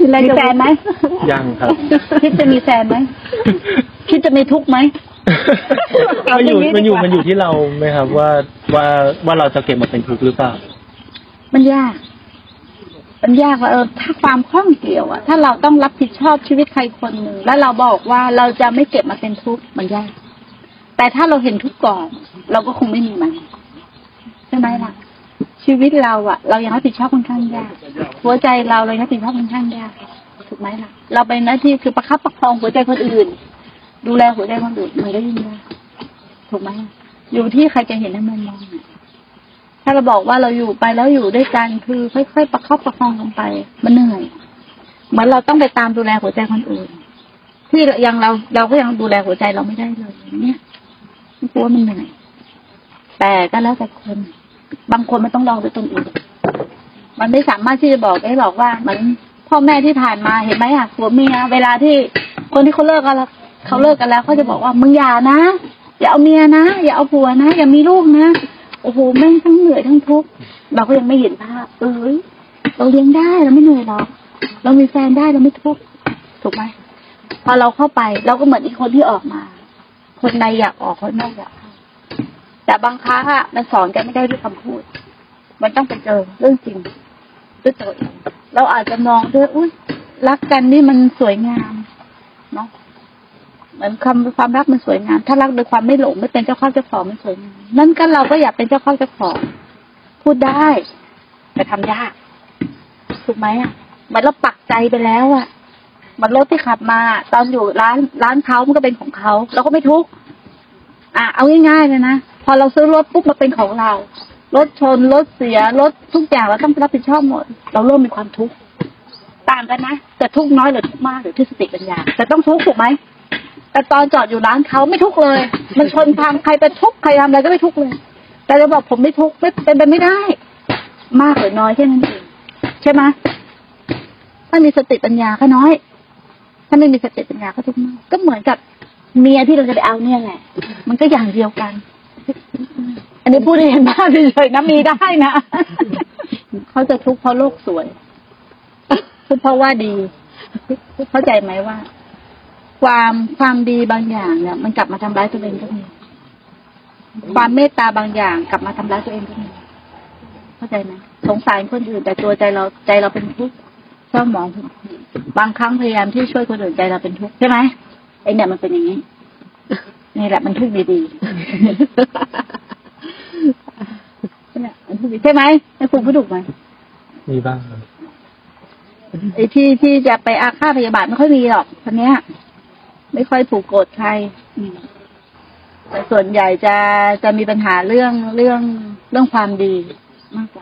มีแฟนไหมยังครับคิดจะมีแฟนไหมคิดจะมีทุกข์ไหมมันอยู่ที่เราไหมครับว่าเราจะเก็บมาเป็นทุกข์หรือเปล่ามันยากว่าถ้าความข้องเกี่ยวอะถ้าเราต้องรับผิดชอบชีวิตใครคนหนึ่งแล้วเราบอกว่าเราจะไม่เก็บมาเป็นทุกข์มันยากแต่ถ้าเราเห็นทุกข์ก่อนเราก็คงไม่มีมันใช่ไหมล่ะชีวิตเราอะเรายังรับผิดชอบค่อนข้างยากหัวใจเรายังรับผิดชอบค่อนข้างยากถูกไหมล่ะเราเป็นหน้าที่คือประคับประคองหัวใจคนอื่นดูแลหัวใจคนอื่นมันก็ยิ่งยากถูกไหมอยู่ที่ใครจะเห็นในมุมมองถ้าเราบอกว่าเราอยู่ไปแล้วอยู่ด้วยกันคือค่อยๆประคับประคองกันไปมันเหนื่อยเหมือนเราต้องไปตามดูแลหัวใจคนอื่นที่ยังเราก็ยังดูแลหัวใจเราไม่ได้เลยเนี่ยกลัวมันเหนื่อยแต่ก็แล้วแต่คนบางคนมันต้องลองด้วยตนเองมันไม่สามารถที่จะบอกว่าเหมือนพ่อแม่ที่ผ่านมาเห็นไหมอ่ะผัวเมียเวลาที่คนที่เขาเลิกกันแล้วเขาจะบอกว่ามึงอย่านะอย่าเอาเมียนะอย่าเอาผัวนะอย่ามีลูกนะโอ้โหแม่งทั้งเหนื่อยทั้งทุกข์เราก็ยังไม่เห็นภาพเราเลี้ยงได้เราไม่เหนื่อยหรอกเรามีแฟนได้เราไม่ทุกข์ถูกไหมพอเราเข้าไปเราก็เหมือนอีกคนที่ออกมาคนในอยากออกคนนอกอยากเข้าแต่บางครั้งอ่ะมันสอนกันไม่ได้ด้วยคำพูดมันต้องไปเจอเรื่องจริงด้วยตัวเองเราอาจจะมองด้วยอุ้ยรักกันนี่มันสวยงามเนาะเหมือนความรักมันสวยงามถ้ารักโดยความไม่หลงไม่เป็นเจ้าเข้าเจ้าของมันสวยงามนั่นก็เราก็อยากเป็นเจ้าเข้าเจ้าของพูดได้แต่ทำยากถูกไหมอ่ะมันเราปักใจไปแล้วอ่ะมันรถที่ขับมาตอนอยู่ร้านเขามันก็เป็นของเขาเราก็ไม่ทุกข์เอาง่ายๆเลยนะพอเราซื้อรถปุ๊บมาเป็นของเรารถชนรถเสียรถทุกอย่างเราต้องรับผิดชอบหมดเราเริ่มมีความทุกข์ต่างกันนะแต่ทุกข์น้อยหรือทุกข์มากหรือที่สติปัญญาแต่ต้องทุกข์ถูกไหมแต่ตอนจอดอยู่ร้านเขาไม่ทุกข์เลยมันชนทางใครเป็นทุกข์ใครทำอะไรก็ไม่ทุกข์เลยแต่เราบอกผมไม่ทุกข์ไม่เป็นไปไม่ได้มากหรือน้อยแค่นั้นเองใช่ไหมถ้ามีสติปัญญาก็น้อยถ้าไม่มีสติปัญญาก็ทุกข์มากก็เหมือนกับเมียที่เราจะไปเอาเนี่ยแหละมันก็อย่างเดียวกันอันนี้พูดให้เห็นภาพเฉยๆนะมีได้นะเขาจะทุกข์เพราะโลกสวยทุกข์เพราะว่าดีเข้าใจไหมว่าความดีบางอย่างเนี่ยมันกลับมาทำร้ายตัวเองก็มีความเมตตาบางอย่างกลับมาทำร้ายตัวเองก็มีเข้าใจไหมสงสารคนอื่นแต่ตัวใจเราเป็นทุกข์เศร้าหมองบางครั้งพยายามที่ช่วยคนอื่นใจเราเป็นทุกข์ใช่ไหมไอเนี่ยมันเป็นอย่างนี้นี่แหละมันทุกข์ดีๆใช่ไหมให้คุณพูดถูกไหมมีบ้างไอ้ที่จะไปอาฆาตพยาบาทไม่ค่อยมีหรอกคนเนี้ยไม่ค่อยผูกโกรธใครแต่ส่วนใหญ่จะมีปัญหาเรื่องความดีมากกว่า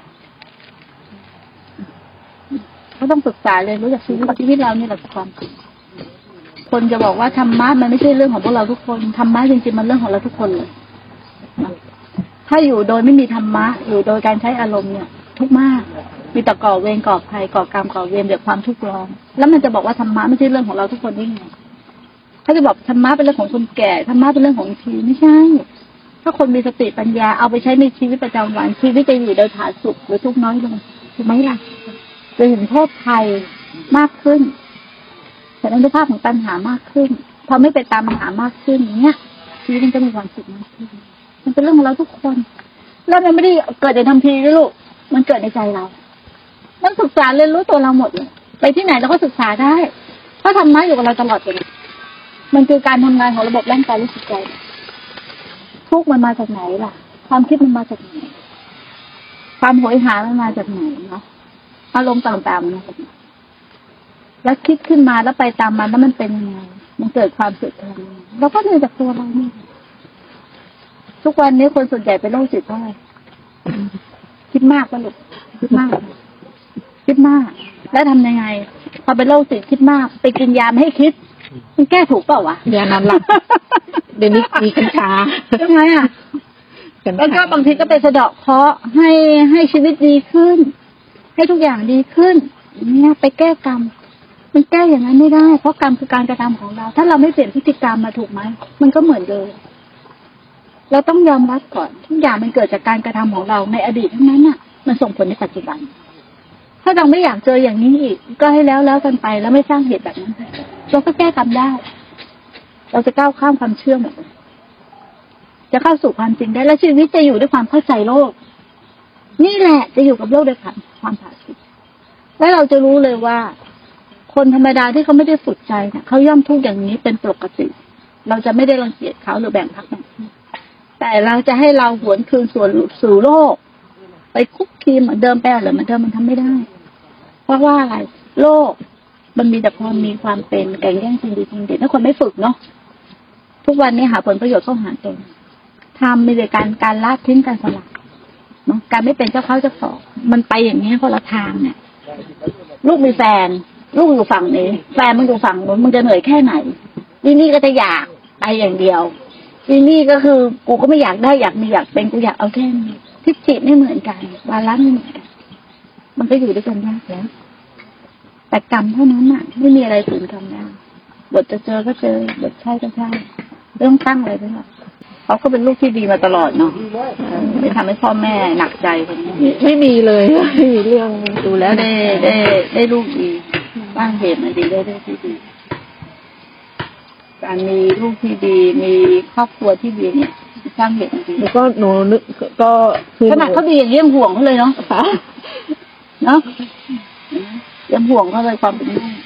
เขาต้องศึกษาเลยรู้จักชีวิตเรานี่แหละความคนจะบอกว่าธรรมะมันไม่ใช่เรื่องของพวกเราทุกคนธรรมะจริงๆมันเรื่องของเราทุกคนเลยถ้าอยู่โดยไม่มีธรรมะอยู่โดยการใช้อารมณ์เนี่ยทุกข์มากมีแต่ก่อเวรก่อภัยก่อกรรมก่อเวรเดี๋ยวความทุกข์ร้อนแล้วมันจะบอกว่าธรรมะไม่ใช่เรื่องของเราทุกคนได้ไงเขาจะบอกธรรมะเป็นเรื่องของคนแก่ธรรมะเป็นเรื่องของชีวิตไม่ใช่ถ้าคนมีสติปัญญาเอาไปใช้ในชีวิตประจำวันชีวิตจะอยู่โดยผาสุกหรือทุกข์น้อยลงถูกไหมล่ะจะเห็นโทษภัยมากขึ้นเห็นอนุภาพของตัณหามากขึ้นพอไม่ไปตามปัญหามากขึ้นเนี้ยชีวิตมันจะมีความสุขมากขึ้นมันเป็นเรื่องของเราทุกคนแล้วมันไม่ได้เกิดในทันทีด้วยลูกมันเกิดในใจเรามันศึกษาเรียนรู้ตัวเราหมดเลยไปที่ไหนเราก็ศึกษาได้เพราะธรรมะอยู่กับเราตลอดเลยมันคือการทำงานของระบบร่างกายและจิตใจทุกข์มันมาจากไหนล่ะความคิดมันมาจากไหนความโหยหามันมาจากไหนเนาะอารมณ์ต่างๆมันมาจากไหนแล้วคิดขึ้นมาแล้วไปตามมันแล้วมันเป็นยังไงมันเกิดความสุขอะไรเราก็เรียนจากตัวเรานี่ทุกวันนี้คนส่วนใหญ่เป็นโรคจิตเพราะอะไรคิดมากก็ลูกคิดมากแล้วทำยังไงพอเป็นโรคจิตคิดมากไปกินยาไม่ให้คิดมันแก้ถูกเปล่าวะยานอนหลับเดี๋ยวนี้มีกัญชาใช่ไหมอ่ะแล้วก็บางทีก็ไปสะเดาะเคราะห์ให้ชีวิตดีขึ้นให้ทุกอย่างดีขึ้นเนี่ยไปแก้กรรมมันแก้อย่างนั้นไม่ได้เพราะกรรมคือการกระทำของเราถ้าเราไม่เปลี่ยนพฤติกรรมมาถูกไหมมันก็เหมือนเดิมเราต้องยอมรับก่อนทุกอย่างมันเกิดจากการกระทำของเราในอดีตทั้งนั้นน่ะมันส่งผลในปัจจุบันถ้าเราไม่อยากเจออย่างนี้อีกก็ให้แล้วกันไปแล้วไม่สร้างเหตุแบบนั้นเราก็แก้กรรมได้ เราจะก้าวข้ามความเชื่อหมดจะเข้าสู่ความจริงได้และชีวิตจะอยู่ด้วยความเข้าใจโลกนี่แหละจะอยู่กับโลกด้วยความผาสุกและเราจะรู้เลยว่าคนธรรมดาที่เขาไม่ได้ฝึกใจเนี่ยเขาย่อมทุกข์อย่างนี้เป็นปกติเราจะไม่ได้รังเกียจเขาหรือแบ่งพรรคแบ่งพวกแต่เราจะให้เราหวนคืนสู่โลกไปคุกคีเหมือนเดิมไปหรือเหมือนเดิมมันทำไม่ได้เพราะว่าอะไรโลกมันมีแต่ความมีความเป็นแก่งแย่งชิงดีชิงเด่นถ้าคนไม่ฝึกเนาะทุกวันนี้หาผลประโยชน์เข้าหาตนทำมีแต่การละทิ้งการสละเนาะการไม่เป็นเจ้าเขาเจ้าของมันไปอย่างนี้คนละทางเนี่ยลูกมีแฟนลูกอยู่ฝั่งนี้แฟนมึงอยู่ฝั่งนู้นมึงจะเหนื่อยแค่ไหนนี่ก็จะอยากไปอย่างเดียวนี่ก็คือกูก็ไม่อยากได้อยากมีอยากเป็นกูอยากเอาแค่นี้ทิฏฐิไม่เหมือนกันวาระไม่เหมือนกันมันก็อยู่ด้วยกันยากแล้วแต่กรรมเท่านั้นน่ะไม่มีอะไรฝืนกรรมได้บทจะเจอก็เจอบทใช่ก็ใช่เรื่องตั้งอะไรด้วยเขาก็เป็นลูกที่ดีมาตลอดเนาะไม่ทำให้พ่อแม่หนักใจคนนี้ไม่มีเลยไม่มีเรื่องดูแล้วได้ลูกดีบ้างเหตุมาดีได้ที่ดีการมีลูกที่ดีมีครอบครัวที่ดีเนี่ยสร้างเหตุดีแล้วก็หนูนึกก็คือขนาดเขาดีอย่างนี้ยังห่วงเขาเลยเนาะเนาะยังห่วงเขาเลยความเป็นแม่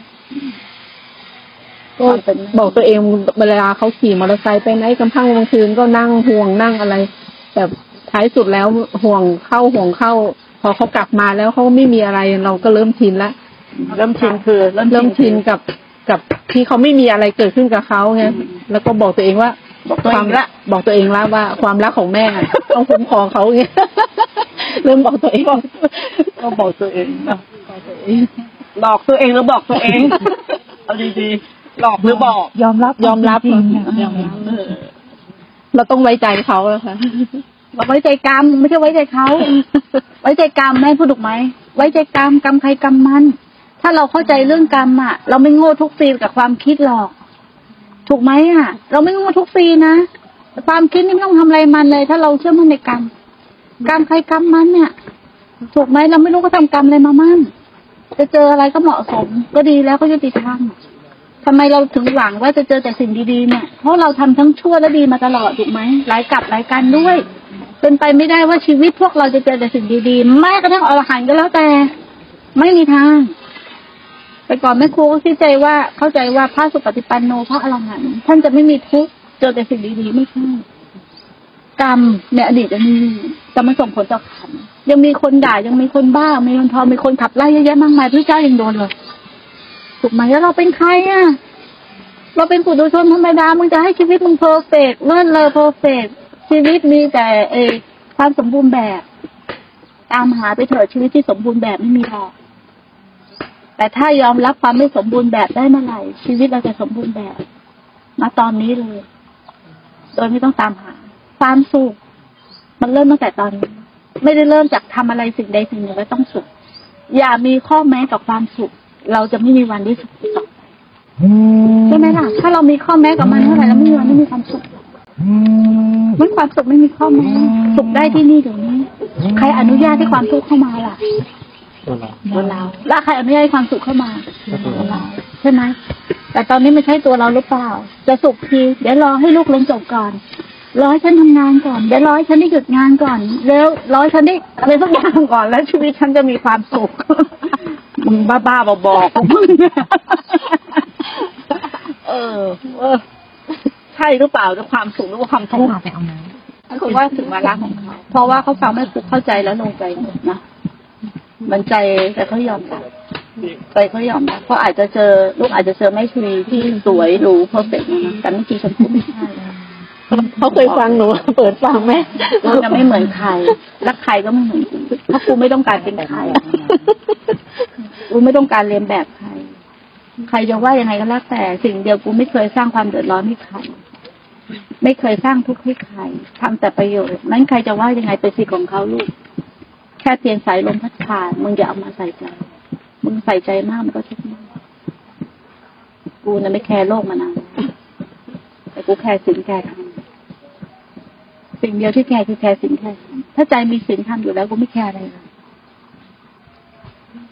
ก็บอกตัวเองเวลาเขาขี่มอเตอร์ไซค์ไปไหนกำพังกลางคืนก็นั่งห่วงนั่งอะไรแต่ท้ายสุดแล้วห่วงเข้าพอเขากลับมาแล้วเขาไม่มีอะไรเราก็เริ่มชินละเริ่มชินคือเริ่มชินกับที่เขาไม่มีอะไรเกิดขึ้นกับเขาไงแล้วก็บอกตัวเองว่าบอกตัวเองละว่าความรักของแม่ต้องคุ้มครองเขาไงเริ่มบอกตัวเองก็บอกตัวเองหลอกตัวเองหรือบอกตัวเองเอาดีๆหลอกหรือบอกยอมรับเราต้องไว้ใจเขาแล้วค่ะเราไว้ใจกรรมไม่ใช่ไว้ใจเขาไว้ใจกรรมแม่พูดถูกไหมไว้ใจกรรมใครกรรมมันถ้าเราเข้าใจเรื่องกรรมอ่ะเราไม่โง่ทุกซีกับความคิดหรอกถูกไหมอ่ะเราไม่โง่ทุกซีนะความคิดนี่ไม่ต้องทำอะไรมันเลยถ้าเราเชื่อมั่นในกรรมใครกรรมมันเนี่ยถูกไหมเราไม่รู้ก็ทำกรรมอะไรมามั่นจะเจออะไรก็เหมาะสมก็ดีแล้วก็ยุติธรรมทำไมเราถึงหวังว่าจะเจอแต่สิ่งดีๆเนี่ยเพราะเราทำทั้งชั่วและดีมาตลอดถูกไหมหลายกับหลายกันด้วยเป็นไปไม่ได้ว่าชีวิตพวกเราจะเจอแต่สิ่งดีๆแม้กระทั่งอรหันต์ก็แล้วแต่ไม่มีทางแต่ก่อนแม่ครูก็เข้าใจว่าพระสุปฏิปันโนพระอรหันต์ท่านจะไม่มีทุกข์เจอแต่สิ่งดีๆไม่ใช่กรรมในอดีตจะมีแต่มันส่งผลต่อขันยังมีคนด่ายังมีคนบ้ามีคนทอมีคนขับไล่เยอะแยะมากมายพระเจ้ายังโดนเลยถูกไหมแล้วเราเป็นใครอ่ะเราเป็นปุถุชนธรรมดามึงจะให้ชีวิตมึงเพอร์เฟกต์เลิศเลอเพอร์เฟกต์ชีวิตมีแต่ความสมบูรณ์แบบตามหาไปเถิดชีวิตที่สมบูรณ์แบบไม่มีหรอกแต่ถ้ายอมรับความไม่สมบูรณ์แบบได้เมื่อไหร่ชีวิตเราจะสมบูรณ์แบบณตอนนี้เลยโดยไม่ต้องตามหาความสุขมันเริ่มตั้งแต่ตอนนี้ไม่ได้เริ่มจากทำอะไรสิ่งใดสิ่งหนึ่งแล้วต้องสุขอย่ามีข้อแม้กับความสุขเราจะไม่มีวันได้สุขต่อไปใช่ไหมล่ะถ้าเรามีข้อแม้กับมันเท่าไหร่แล้วไม่มีวันไม่มีความสุขมันความสุขไม่มีข้อแม้สุขได้ที่นี่เดี๋ยวนี้ใครอนุญาตให้ความทุกข์เข้ามาล่ะตัวเราแล้วใครอนุญาตให้ความสุขเข้ามาตัวเราใช่ไหมแต่ตอนนี้ไม่ใช่ตัวเราหรือเปล่าจะสุขทีเดี๋ยวรอให้ลูกเรียนจบก่อนรอให้ฉันทำงานก่อนเดี๋ยวรอให้ฉันได้หยุดงานก่อนแล้วรอให้ฉันได้อะไรสักอย่างก่อนแล้วชีวิตฉันจะมีความสุขมึงบ้าๆบอๆของมึงใช่หรือเปล่าจะความสุขหรือว่าความทุกข์ไปเอามาคือว่าถึงวาระของเขาเพราะว่าเขาฟังไม่เข้าใจแล้วลงใจนะมันใจแต่เขายอมรับใจเขายอมรับเพราะอาจจะเจอลูกอาจจะเจอแม่ชีที่สวยหรูเพอร์เฟกต์นะแต่เมื่อกี้ฉันพูดไม่ใช่เขาเคยฟังหนูเปิดฟังไหมเราจะไม่เหมือนใครรักใครก็ไม่เหมือนกูเพราะกูไม่ต้องการเป็นใครกูไม่ต้องการเรียนแบบใครใครจะว่ายังไงก็แล้วแต่สิ่งเดียวกูไม่เคยสร้างความเดือดร้อนให้ใครไม่เคยสร้างทุกข์ให้ใครทำแต่ประโยชน์นั้นใครจะว่ายังไงเป็นสิทธิ์ของเขาลูกแค่เพียงสายลมพัดผ่านมึงอย่าเอามาใส่ใจมึงใส่ใจมากมันก็ทุกข์มากกูน่ะไม่แคร์โลกมานานแต่กูแคร์ศีลแคร์ธรรมสิ่งเดียวที่แคร์คือแคร์ศีลแคร์ธรรมถ้าใจมีศีลธรรมอยู่แล้วกูไม่แคร์อะไรเลย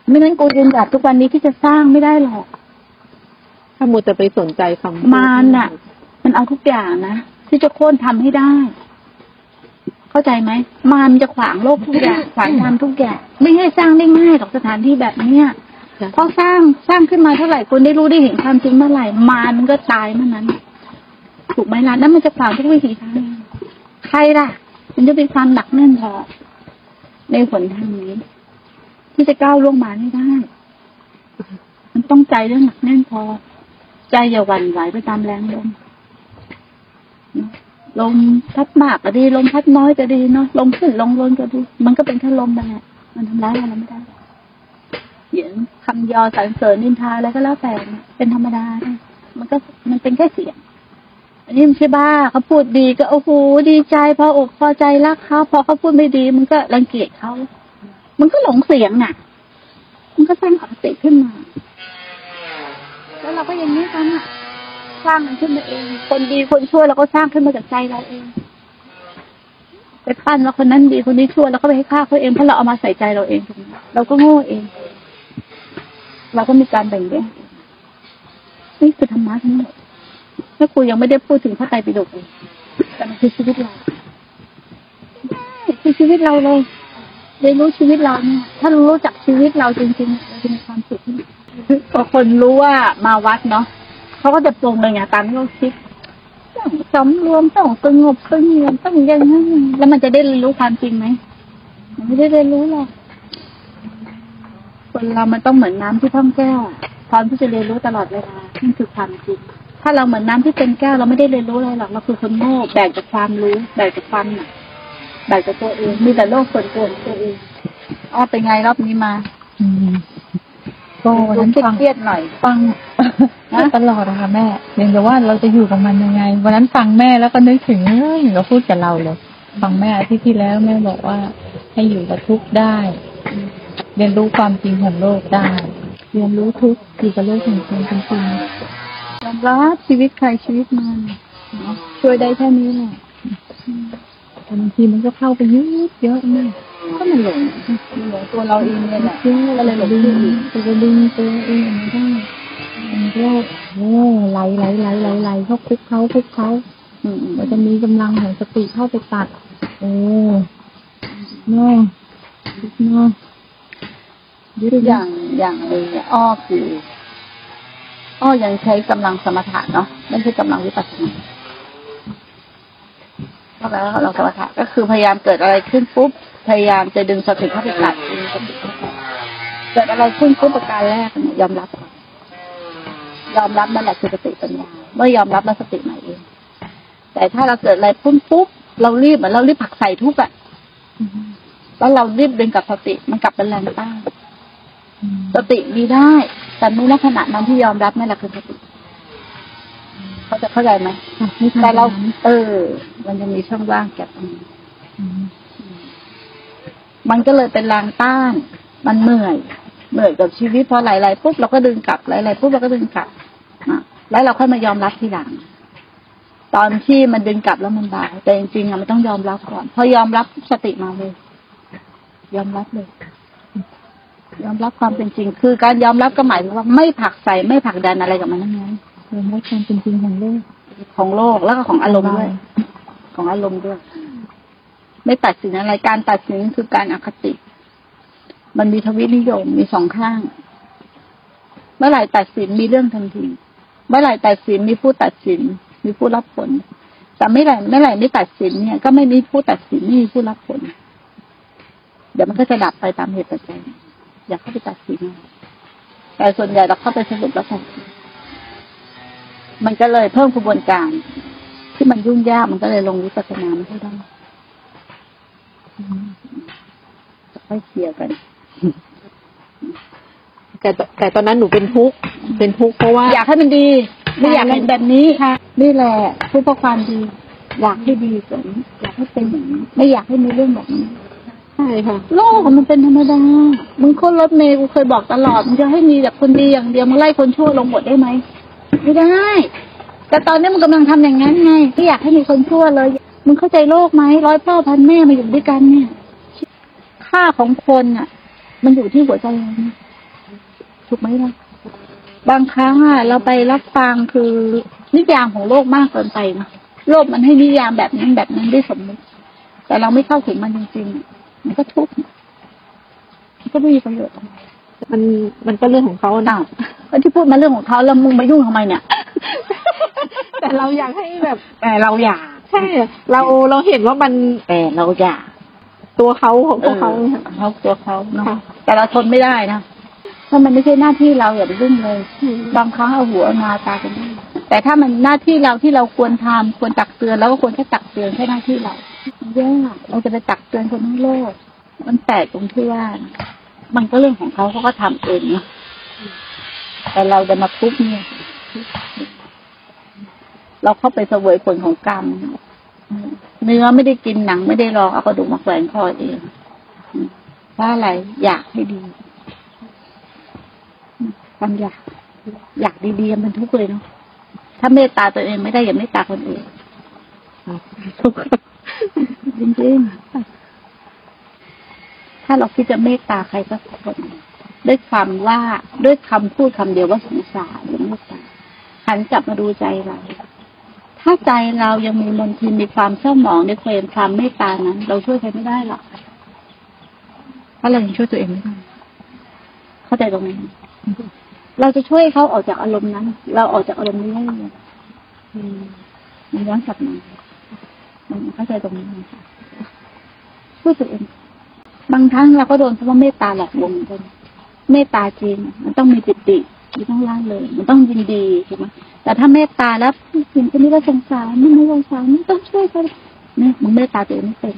ไม่งั้นกูยืนหยัดทุกวันนี้ที่จะสร้างไม่ได้หรอกถ้ามัวแต่ไปสนใจคำมารน่ะ มันเอาทุกอย่างนะที่จะโค่นทำให้ได้ เข้าใจไหมมารมันจะขวางโลกทุกอย่างขวางทำทุกอย่างไม่ให้สร้างได้ง่ายหรอกสถานที่แบบเนี้ยเพราะสร้างขึ้นมาเท่าไหร่คนได้รู้ได้เห็นความจริงเมื่อไหร่มารมันก็ตายเมื่อนั้นถูกไหมล่ะนั่นมันจะขวางทุกวิถีทางใครล่ะมันจะเป็นความหนักแน่นพอในหนทางนี้ ที่จะก้าวล่วงมาไม่ได้ มันต้องใจเรื่องหนักแน่นพอใจอย่าหวั่นไหวไปตามแรงลมลมพัดมากก็ดีลมพัดน้อยก็ดีเนาะลมขึ้นลมลงก็ดีมันก็เป็นแค่ลมไปแหละมันทำร้ายอะไรไม่ได้เสียงคำยอสรรเสริญนินทาอะไรก็แล้วแต่เป็นธรรมดามันเป็นแค่เสียงอันนี้มันใช่บ้าเขาพูดดีก็โอ้โหดีใจพออกพอใจรักเขาพอเขาพูดไม่ดีมันก็รังเกียจเขามันก็หลงเสียงน่ะมันก็สร้างความติขึ้นมาแล้วเราก็อย่างนี้กันอ่ะสร้างมันขึ้นมาเองคนดีคนชั่วเราก็สร้างขึ้นมาจากใจเราเองไปปั้นว่าคนนั้นดีคนนี้ชั่วแล้วก็ไปให้ฆ่าเขาเองเพราะเราเอามาใส่ใจเราเองเราก็โง่เองเราก็มีการแบ่งแยกนี่คือธรรมะทั้งหมดถ้าครูยังไม่ได้พูดถึงพระไตรปิฎกเลยแต่มันคือชีวิตเราคือชีวิตเราเลยเรียนรู้ชีวิตเราเนี่ยถ้ารู้จักชีวิตเราจริงๆเราจะมีความสุขพอคนรู้ว่ามาวัดเนาะเขาก็จะปรุงเลยไงตามที่เขาคิดต้องสำรวมต้องสงบสงบต้องอย่างนั้นแล้วมันจะได้เรียนรู้ความจริงไหมมันไม่ได้เรียนรู้หรอกคนเรามันต้องเหมือนน้ำที่ท่องแก้วพร้อมที่จะเรียนรู้ตลอดเวลานั่นคือความจริงถ้าเราเหมือนน้ำที่เป็นแก้วเราไม่ได้เรียนรู้อะไรหรอกเราคือคนโง่แบกจากความรู้แบกจากความหนักแบกจากตัวเองมีแต่โลกส่วนตัวของตัวเองเป็นไงรอบนี้มาก็วันนั้นฟังเครียดหน่อยฟังตลอดอะค่ะแม่เรียนแต่ว่าเราจะอยู่กับมันยังไงวันนั้นฟังแม่แล้วก็นึกถึงเราพูดกับเราเลยฟังแม่อาทิตย์ที่แล้วแม่บอกว่าให้อยู่กับทุกข์ได้ เรียนรู้ความจริงของโลกได้เรียนรู้ทุกข์อยู่กับโลกจริงๆจริงยอมรับชีวิตใครชีวิตมันช่วยได้แค่นี้แหละบางทีมันก็เข้าไปเยอะมากก็มันหลงตัวเราเองเนี่ยแหละก็เลยหลงตัวดึงตัวเองไม่ได้มันก็ไหลเขาคุกเขาเราจะมีกำลังของสติเข้าไปตัดเนาะอย่างเลยคือยังใช้กำลังสมถะเนาะไม่ใช่กำลังวิปัสสนาเพราะแล้วเราสมถะก็คือพยายามเกิดอะไรขึ้นปุ๊บพยายามจะดึงสติเข้าไปตัดเกิดอะไรขึ้นปุ๊บประการแรกเนี่ยยอมรับนั่นแหละคือสติปัญญาเมื่อยอมรับแล้วสติมาเองแต่ถ้าเราเกิดอะไรปุ๊บเรารีบผลักใส่ทุกข์อ่ะแล้วเรารีบดึงกับสติมันกลับเป็นแรงต้านสติมีได้แต่ในลักษณะนั้นที่ยอมรับนั่นแหละคือสติเขาจะเข้าใจไหมแต่เรามันจะมีช่องว่างแก่ตรงนี้มันก็เลยเป็นแรงต้านมันเหนื่อยกับชีวิตพอไหลปุ๊บเราก็ดึงกลับไหลปุ๊บเราก็ดึงกลับแล้วเราค่อยมายอมรับทีหลังตอนที่มันดึงกลับแล้วมันเบาแต่จริงๆมันต้องยอมรับก่อนพอยอมรับสติมาเลยยอมรับเลยยอมรับความเป็นจริงคือการยอมรับก็หมายถึงว่าไม่ผลักใส่ไม่ผลักดันอะไรกับมันทั้งนั้นยอมรับความเป็นจริงของโลกแล้วก็ของอารมณ์ด้วยไม่ตัดสินอะไรการตัดสินคือการอคติมันมีทวินิยมมีสองข้างเมื่อไหร่ตัดสินมีเรื่องทันทีเมื่อไหร่ตัดสินมีผู้ตัดสินมีผู้รับผลแต่เมื่อไหร่ไม่ตัดสินเนี่ยก็ไม่มีผู้ตัดสินไม่มีผู้รับผลเดี๋ยวมันก็จะดับไปตามเหตุปัจจัยอยากเข้าไปตัดสินแต่ส่วนใหญ่เราเข้าไปสรุปแล้วตัดสินมันก็เลยเพิ่มกระบวนการที่มันยุ่งยากมันก็เลยลงวิปัสสนาไม่ได้จะค่อยเคลียร์กันแต่ตอนนั้นหนูเป็นทุกข์เพราะว่าอยากให้มันดีไม่อยากเป็นแบบนี้นี่แหละผู้ประความดีอยากให้ดีกว่านี้อยากให้เป็นอย่างนี้ไม่อยากให้มีเรื่องแบบนี้ใช่ค่ะโลกมันเป็นธรรมดามึงคนรถเมล์กูเคยบอกตลอดมึงจะให้มีแต่คนดีอย่างเดียวมึงไล่คนชั่วลงหมดได้ไหมไม่ได้แต่ตอนนี้มึงกำลังทำอย่างนั้นไงที่อยากให้มีคนชั่วเลยมึงเข้าใจโลกไหม100 พ่อพันแม่มาอยู่ด้วยกันเนี่ยค่าของคนอ่ะมันอยู่ที่หัวใจเราถูกไหมล่ะบางครั้งเราไปรับฟังคือนิยามของโลกมากเกินไปนะโลกมันให้นิยามแบบนั้นได้สมมติแต่เราไม่เข้าถึงมันจริงๆมันก็ทุกข์มันก็ไม่มีประโยชน์อะไรมันก็เรื่องของเขานะแล้วที่พูดมาเรื่องของเขาแล้วมึงมายุ่งทำไมเนี่ยแต่เราอยากให้แบบแต่เราอยากใช่เราเห็นว่ามันแต่เราอยากตัวเขาของพวกเขาเขาตัวเขาเนาะค่ะแต่เราทนไม่ได้นะถ้ามันไม่ใช่หน้าที่เราอย่าไปยุ่งเลยบางครั้งเอาหัวเอางาตากันได้แต่ถ้ามันหน้าที่เราที่เราควรทำควรตักเตือนแล้วก็ควรแค่ตักเตือนแค่หน้าที่เราแย่เราจะไปตักเตือนคนทั้งโลกมันแปลกตรงที่ว่า มันก็เรื่องของเขาก็ทำเองเนาะแต่เราจะมาทุบเนี่ยเราเข้าไปเสวยผลของกรรมเนื้อไม่ได้กินหนังไม่ได้ลองเอากระดูกมาแขวนคอเองเพราะอะไรอยากให้ดีความอยากดีๆมันทุกข์เลยเนาะถ้าเมตตาตัวเองไม่ได้อย่าเมตตาคนอื่นทุกข์จริงๆถ้าเราคิดจะเมตตาใครสักคนด้วยคำว่าด้วยคำพูดคำเดียวว่าสงสารหรือเมตตาหันกลับมาดูใจเราถ้าใจเรายังมีมลทินมีความเศร้าหมองในความเมตตานั้นเราช่วยใครไม่ได้หรอกเพราะเรายังช่วยตัวเองไม่ได้เข้าใจตรงนี้เราจะช่วยเขาออกจากอารมณ์นั้นเราออกจากอารมณ์นี้ได้ยังไงมันย้อนกลับมามันเข้าใจตรงนี้ค่ะช่วยตัวเองบางครั้งเราก็โดนเพราะว่าเมตตาหลอกลวงเหมือนกันเมตตาจริงมันต้องมีปิติมันต้องร่าเริงมันต้องยินดีใช่ไหมแต่ถ้าเมตตาแล้วสิ่งที่นี้ก็สงสารไม่สงสารไม่ต้องช่วยกันเนี่ยมึงเมตตาตัวเองไม่เป็น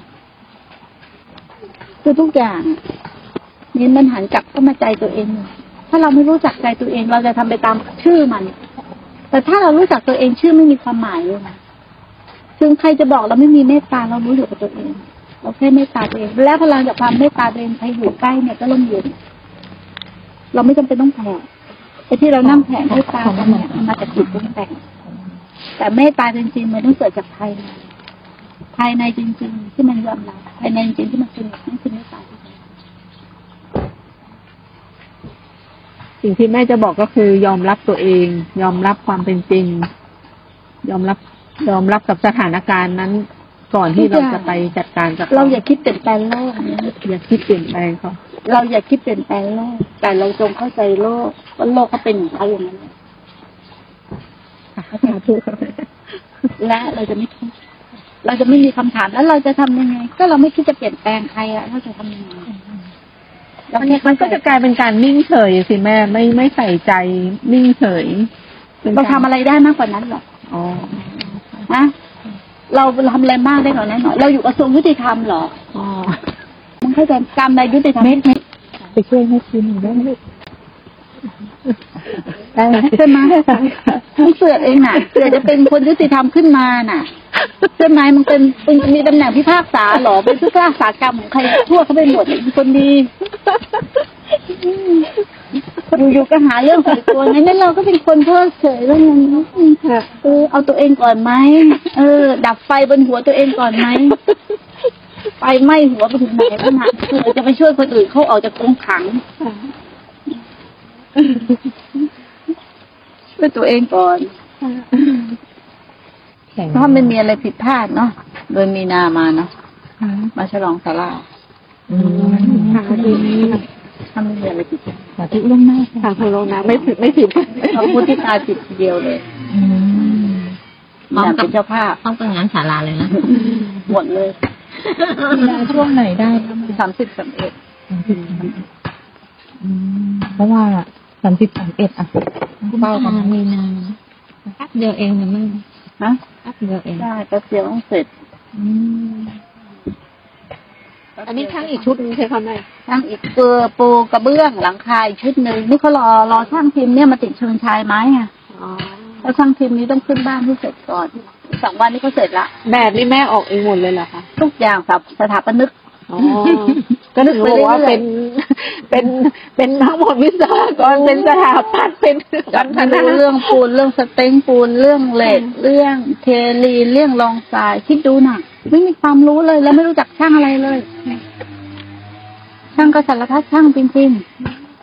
คือทุกอย่างนี่มันหันกลับเข้ามาใจตัวเองถ้าเราไม่รู้จักใจตัวเองเราจะทำไปตามชื่อมันแต่ถ้าเรารู้จักตัวเองชื่อไม่มีความหมายเลยนะถึงใครจะบอกเราไม่มีเมตตาเรารู้อยู่กับตัวเองเราแค่เมตตาตัวเองและพลังจากความเมตตาตัวเองใครอยู่ใกล้เนี่ยก็ร่มเย็นเราไม่จำเป็นต้องแผ่ไอ้ที่เรานั่งแผ่เมตตากันเนี่ยมันมาจากจิตปรุงแต่งแต่เมตตาจริงๆมันต้องเกิดจากภายในจริงๆที่มันยอมรับภายในจริงๆที่มันเป็นนั่นคือเมตตาสิ่งที่แม่จะบอกก็คือยอมรับตัวเองยอมรับความเป็นจริงยอมรับกับสถานการณ์นั้นก่อนที่เราจะไปจัดการกับเราอย่าคิดเปลี่ยนแปลงโลกอย่าคิดเปลี่ยนแปลงเขาเราอย่าคิดเปลี่ยนแปลงโลกแต่เราจงเข้าใจโลกว่าโลกเขาเป็นของเขาอย่างนั้นและเราจะไม่ทุกข์เราจะไม่มีคำถามแล้วเราจะทำยังไงก็เราไม่คิดจะเปลี่ยนแปลงใครอะเราจะทำยังไงมันก็จะกลายเป็นการนิ่งเฉยสิแม่ไม่ใส่ใจนิ่งเฉยเราทำอะไรได้มากกว่านั้นหรออ๋อนะเราทำอะไรมากได้กว่านั้นหรอเราอยู่กระทรวงยุติธรรมหรออ๋อมันเข้าใจกรรมใดยุติธรรมไม่ไปช่วยแม่กินได้ไหมใช่ไหมมันเสือกเองน่ะเสือจะเป็นคนยุติธรรมขึ้นมาน่ะใช่ไหมมันเป็นมีตำแหน่งพิพากษาหรอเป็นผู้พิพากษากรรมของใครทั่วเขาเป็นหมดเป็นคนดีอยู่ๆก็หาเรื่องใส่ตัวงั้นเราก็เป็นคนเพิกเฉยแล้วงั้นเอาตัวเองก่อนไหมดับไฟบนหัวตัวเองก่อนไหมไฟไหม้หัวไปถึงไหนแล้วนะจะไปช่วยคนอื่นเขาออกจากกรงขังช่วยตัวเองก่อนถ้าไม่มีอะไรผิดพลาดเนาะโดยมีนามาเนาะมาฉลองศาลาถ้าไม่มีอะไรผิดสาธุล่วงหน้าสาธุล่วงหน้าไม่ผิดเราพุทธิตาผิดเดียวเลยอยากเป็นเจ้าภาพต้องเป็นงานศาลาเลยนะหมดเลยช่วงไหนได้ 30-31 เพราะว่า30-31อ่ะเป้ากันมีนาแป๊บเดียวเองนะแม่นะแป๊บเดียวเองได้แป๊บเดียวต้องเสร็จอันนี้ทั้งอีกชุดนึงใช่ไหมแม่ทั้งอีกปูกระเบื้องหลังคาชุดนึงนี่เขารอช่างพิมพ์เนี่ยมาติดเชิงชายไม้ไงแล้วช่างพิมพ์นี้ต้องขึ้นบ้านที่เสร็จก่อน2 วันนี้ก็เสร็จละแบบนี้แม่ออกเองหมดเลยเหรอคะทุกอย่างสถาปนิกก็นึกว่าเป็นทั้งหมดวิศวกรเป็นสถาปัตย์เป็นเรื่องปูนเรื่องสเต็งปูนเรื่องเหล็กเรื่องเทลีเรื่องรองทรายคิดดูหน่ะไม่มีความรู้เลยแล้วไม่รู้จักช่างอะไรเลยช่างก็สารพัดช่างจริง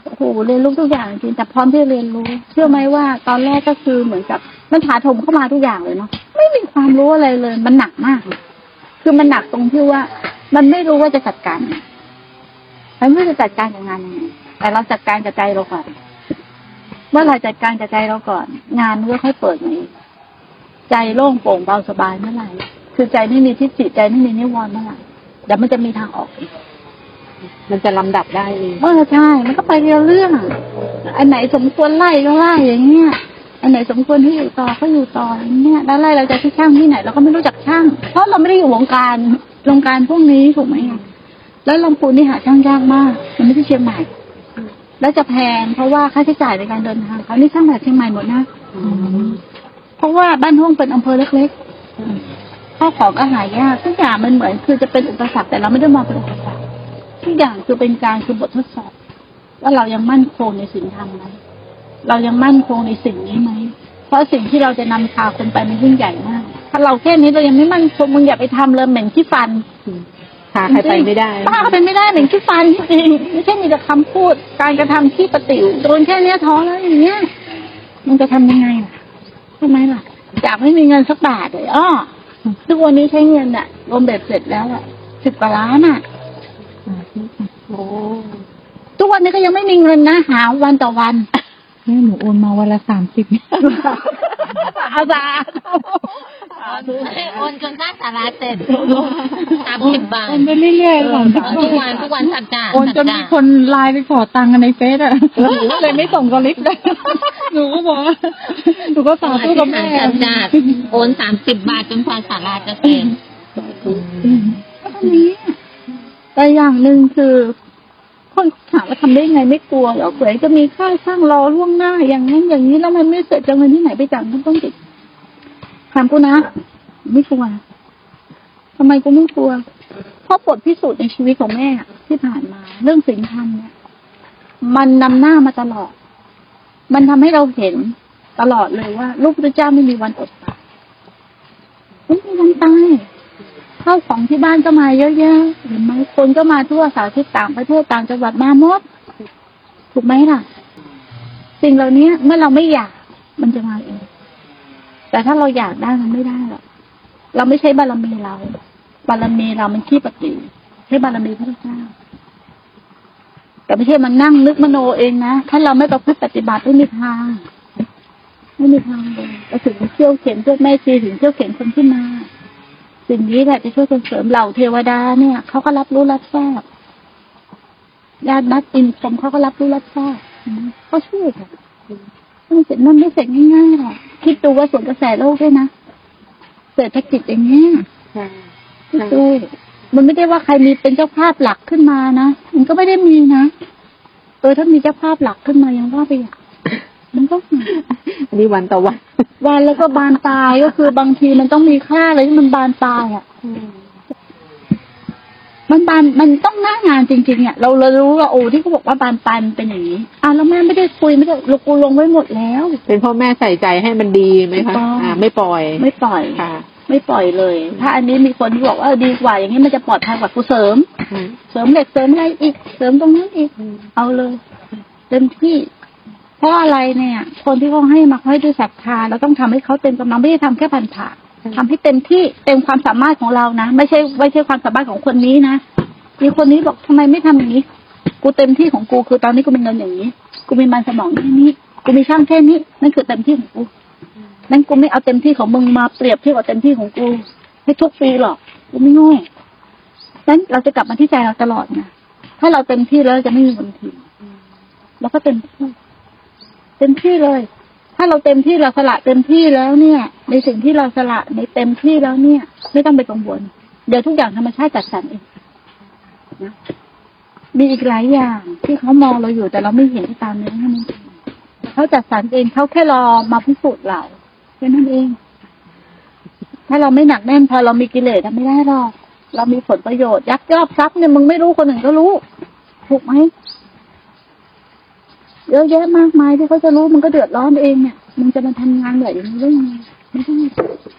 โอ้โหเรียนรู้ทุกอย่างจริงแต่พร้อมที่จะเรียนรู้เชื่อไหมว่าตอนแรกก็คือเหมือนกับมันถาโถมเข้ามาทุกอย่างเลยเนาะไม่มีความรู้อะไรเลยมันหนักมากคือมันหนักตรงที่ว่ามันไม่รู้ว่าจะจัดการมันไม่รู้จะจัดการกับงานยังไงแต่เราจัดการกับใจเราก่อนเมื่อเราจัดการกับใจเราก่อนงานมันก็ค่อยเปิดมาเองใจโล่งโปร่งเบาสบายเมื่อไหร่คือใจไม่มีทิฏฐิใจไม่มีนิวรณ์เมื่อไหร่เดี๋ยวมันจะมีทางออกมันจะลำดับได้เองใช่มันก็ไปเรื่องอันไหนสมควรไล่ก็ไล่อย่างเงี้ยอันไหนสมควรที่อยู่ต่อก็อยู่ต่ออย่างเงี้ยแล้วไล่เราจะที่ช่างที่ไหนเราก็ไม่รู้จักช่างเพราะเราไม่ได้อยู่วงการพวกนี้ถูกไหมแล้วลำพูนนี่หาช่างยากมากมันไม่ใช่เชียงใหม่แล้วจะแพงเพราะว่าค่าใช้จ่ายในการเดินทางเขานี่ช่างแบบเชียงใหม่หมดนะเพราะว่าบ้านห้องเป็นอำเภอเล็กๆข้าวของก็หายากทุกอย่างมันเหมือนคือจะเป็นอุปสรรคแต่เราไม่ได้มองเป็นอุปสรรคทุกอย่างคือบททดสอบว่าเรายังมั่นคงในสิ่งทำไหมเรายังมั่นคงในสิ่งนี้ไหมเพราะสิ่งที่เราจะนำพาคนไปมันยิ่งใหญ่มากถ้าเราแค่นี้เรายังไม่มั่นคงมึงอย่าไปทำเลยเหม็นขี้ฟันพาใครไปไม่ได้พาไปไม่ได้เหม็นขี้ฟันจริงๆไม่ใช่มีแต่คำพูดการกระทำที่ประติ๋วโดนแค่นี้ท้อแล้วอย่างเงี้ยมันจะทำยังไงล่ะทำไมล่ะอยากไม่มีเงินสักบาทเลยทุกวันนี้ใช้เงินอะรวมเบ็ดเสร็จแล้วอะ10 กว่าล้านอะโอ้ทุกวันนี้ก็ยังไม่มีเงินนะหาวันต่อวันแม่หนูโอนมาวันละอาจารย์โอนจนสร้างศาลาเสร็จ30 บาทโอนไปเรื่อยๆทุกวันสัจจะโอนจนมีคนไลน์ไปขอตังค์กันในเฟซหนูเลยไม่ส่งสลิปเลยหนูก็บอกหนูก็สาธุกับแม่สัจจะโอน30 บาทจนกว่าศาลาจะเสร็จก็ตรงนี้แต่อย่างหนึ่งคือคนถามว่าทำได้ไงไม่กลัวหรอกเผื่อจะมีค่าช่างรอล่วงหน้าอย่างนั้นอย่างนี้แล้วมันไม่เสร็จจะเงินที่ไหนไปจ่ายต้องติดถามกูนะไม่กลัวทำไมกูไม่กลัวเพราะบทพิสูจน์ในชีวิตของแม่ที่ผ่านมาเรื่องศีลธรรมเนี่ยมันนำหน้ามาตลอดมันทำให้เราเห็นตลอดเลยว่าลูกพระเจ้าไม่มีวันอดตายไม่มีวันตายข้าวของที่บ้านก็มาเยอะแยะเห็นไหมคนก็มาทั่วสารทิศต่างประเทศต่างจังหวัดมาหมดถูกไหมล่ะสิ่งเหล่านี้เมื่อเราไม่อยากมันจะมาเองแต่ถ้าเราอยากได้มันไม่ได้หรอกเราไม่ใช่บารมีเรามันขี้ปฏิใช้บารมีพระเจ้าแต่ไม่ใช่มันนั่งนึกมโนเองนะถ้าเราไม่ประพฤติปฏิบัติไม่มีทางเลยก็ถึงเชี่ยวเข็นพวกแม่ชีถึงเชี่ยวเข็นคนขึ้นมาสิ่งนี้แหละจะช่วยส่งเสริมเหล่าเทวดาเนี่ยเขาก็รับรู้รับทราบญาตินักอินทร์เขาก็รับรู้รับทราบเขาช่วยค่ะมันเสร็จมันไม่เสร็จง่ายๆหรอกคิดดูว่าส่วนกระแสโลกด้วยนะเศรษฐกิจอย่างเงี้ยคิดดูมันไม่ได้ว่าใครมีเป็นเจ้าภาพหลักขึ้นมานะมันก็ไม่ได้มีนะถ้ามีเจ้าภาพหลักขึ้นมายังว่าไปมันก็อันนี้วันต่อวันแล้วก็บานปลายก็คือบางทีมันต้องมีค่าอะไรที่มันบานปลายมันต้องหน้างานจริงๆเรารู้ว่าที่เขาบอกว่าบานปลายมันเป็นอย่างนี้แล้วแม่ไม่ได้คุยไม่ได้กูลงไว้หมดแล้วเป็นพ่อแม่ใส่ใจให้มันดีไหมคะไม่ปล่อยค่ะไม่ปล่อยเลยถ้าอันนี้มีคนที่บอกว่าดีกว่าอย่างนี้มันจะปลอดภัยกว่ากูเสริมเหล็กเสริมอะไรอีกเสริมตรงนั้นอีกเอาเลยเต็มที่เพราะอะไรเนี่ยคนที่เขาให้มาให้ด้วยศรัทธาเราต้องทำให้เขาเต็มกำลังไม่ได้ทำแค่ผ่านๆทำให้เต็มที่เต็มความสามารถของเรานะไม่ใช่ความสามารถของคนนี้นะมีคนนี้บอกทำไมไม่ทำอย่างนี้กูเต็มที่ของกูคือตอนนี้กูมีเงินอย่างนี้กูมีมันสมองแค่นี้กูมีช่างแค่นี้นั่นคือเต็มที่ของกูนั่นกูไม่เอาเต็มที่ของมึงมาเปรียบเทียบกับเต็มที่ของกูให้ทุกปีหรอกกูไม่โง่นั้นเราจะกลับมาที่ใจเราตลอดนะถ้าเราเต็มที่แล้วจะไม่มีวันทิ้งเราก็เต็มที่เลยถ้าเราเต็มที่เราสละเต็มที่แล้วเนี่ยในสิ่งที่เราสละในเต็มที่แล้วเนี่ยไม่ต้องไปกังวลเดี๋ยวทุกอย่างธรรมชาติจัดสรรเองนะมีอีกหลายอย่างที่เขามองเราอยู่แต่เราไม่เห็นตามนี้นั่นเองเขาจัดสรรเองเขาแค่รอมาพิสูจน์เราแค่นั้นเองถ้าเราไม่หนักแน่นพอเรามีกิเลสไม่ได้หรอกเรามีผลประโยชน์ยักยอกทรัพย์เนี่ยมึงไม่รู้คนอื่นก็รู้ถูกไหมเยอะแยะมากมายที่เขาจะรู้มันก็เดือดร้อนเองเนี่ยมันจะมาทำงานแบบนี้ได้ยังไงไม่ได้